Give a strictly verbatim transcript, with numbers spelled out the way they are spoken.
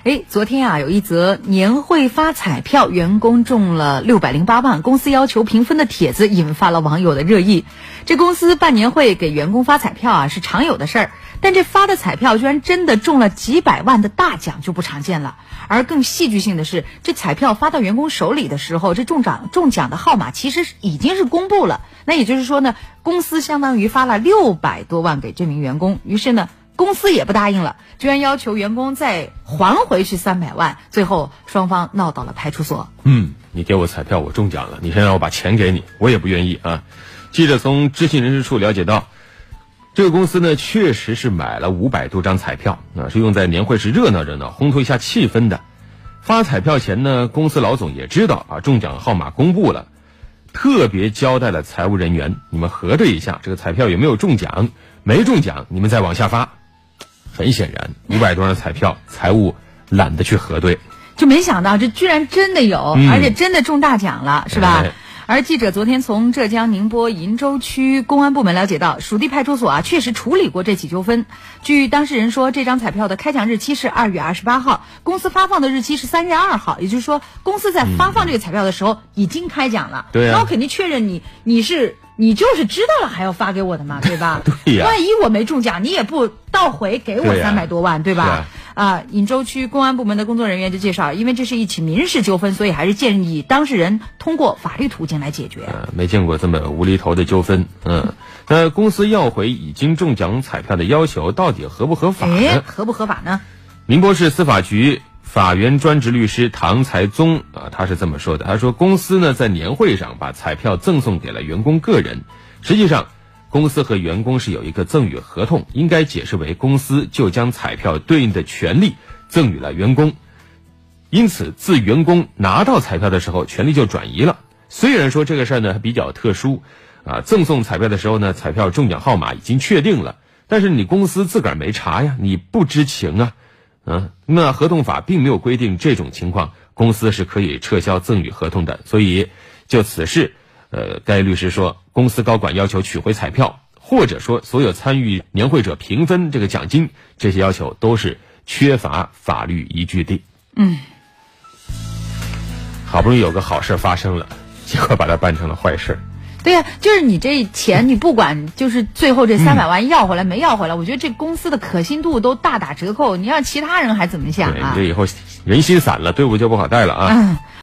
哎，昨天啊，有一则年会发彩票，员工中了六百零八万，公司要求平分的帖子引发了网友的热议。这公司办年会给员工发彩票啊，是常有的事儿，但这发的彩票居然真的中了几百万的大奖就不常见了。而更戏剧性的是，这彩票发到员工手里的时候，这中奖中奖的号码其实已经是公布了。那也就是说呢，公司相当于发了六百多万给这名员工，于是呢，公司也不答应了，居然要求员工再还回去三百万，最后双方闹到了派出所。 嗯，你给我彩票，我中奖了，你先让我把钱给你，我也不愿意啊。记者从知情人士处了解到，这个公司呢确实是买了五百多张彩票，啊，是用在年会时热闹热闹，烘托一下气氛的。发彩票前呢，公司老总也知道啊，中奖号码公布了，特别交代了财务人员，你们核对一下这个彩票有没有中奖，没中奖你们再往下发。很显然，五百多张彩票，财务懒得去核对， 就没想到这居然真的有，嗯、而且真的中大奖了，是吧？哎，而记者昨天从浙江宁波鄞州区公安部门了解到，属地派出所啊确实处理过这起纠纷。据当事人说，这张彩票的开奖日期是二月二十八号，公司发放的日期是三月二号，也就是说，公司在发放这个彩票的时候已经开奖了。对、嗯、那我肯定确认你你是你就是知道了还要发给我的嘛，对吧？ 对呀。 万一我没中奖，你也不倒回给我三百多万，对, 对吧？啊，鄞州区公安部门的工作人员就介绍，因为这是一起民事纠纷，所以还是建议当事人通过法律途径来解决。 呃、没见过这么无厘头的纠纷。嗯，那公司要回已经中奖彩票的要求到底合不合法呢？ 哎，合不合法呢？ 宁波市司法局法源专职律师唐才宗啊，他是这么说的，他说公司呢在年会上把彩票赠送给了员工个人，实际上公司和员工是有一个赠与合同，应该解释为公司就将彩票对应的权利赠予了员工，因此自员工拿到彩票的时候权利就转移了。虽然说这个事儿呢比较特殊啊，赠送彩票的时候呢彩票中奖号码已经确定了，但是你公司自个儿没查呀，你不知情啊。嗯，那合同法并没有规定这种情况公司是可以撤销赠与合同的，所以就此事呃，该律师说，公司高管要求取回彩票，或者说所有参与年会者平分这个奖金，这些要求都是缺乏法律依据的。 嗯， 好不容易有个好事发生了，结果把它办成了坏事。 对呀、啊，就是你这钱，你不管就是最后这三百万要回来、嗯、没要回来，我觉得这公司的可信度都大打折扣。你让其他人还怎么想啊？ 对，这以后人心散了，队伍就不好带了啊。 嗯。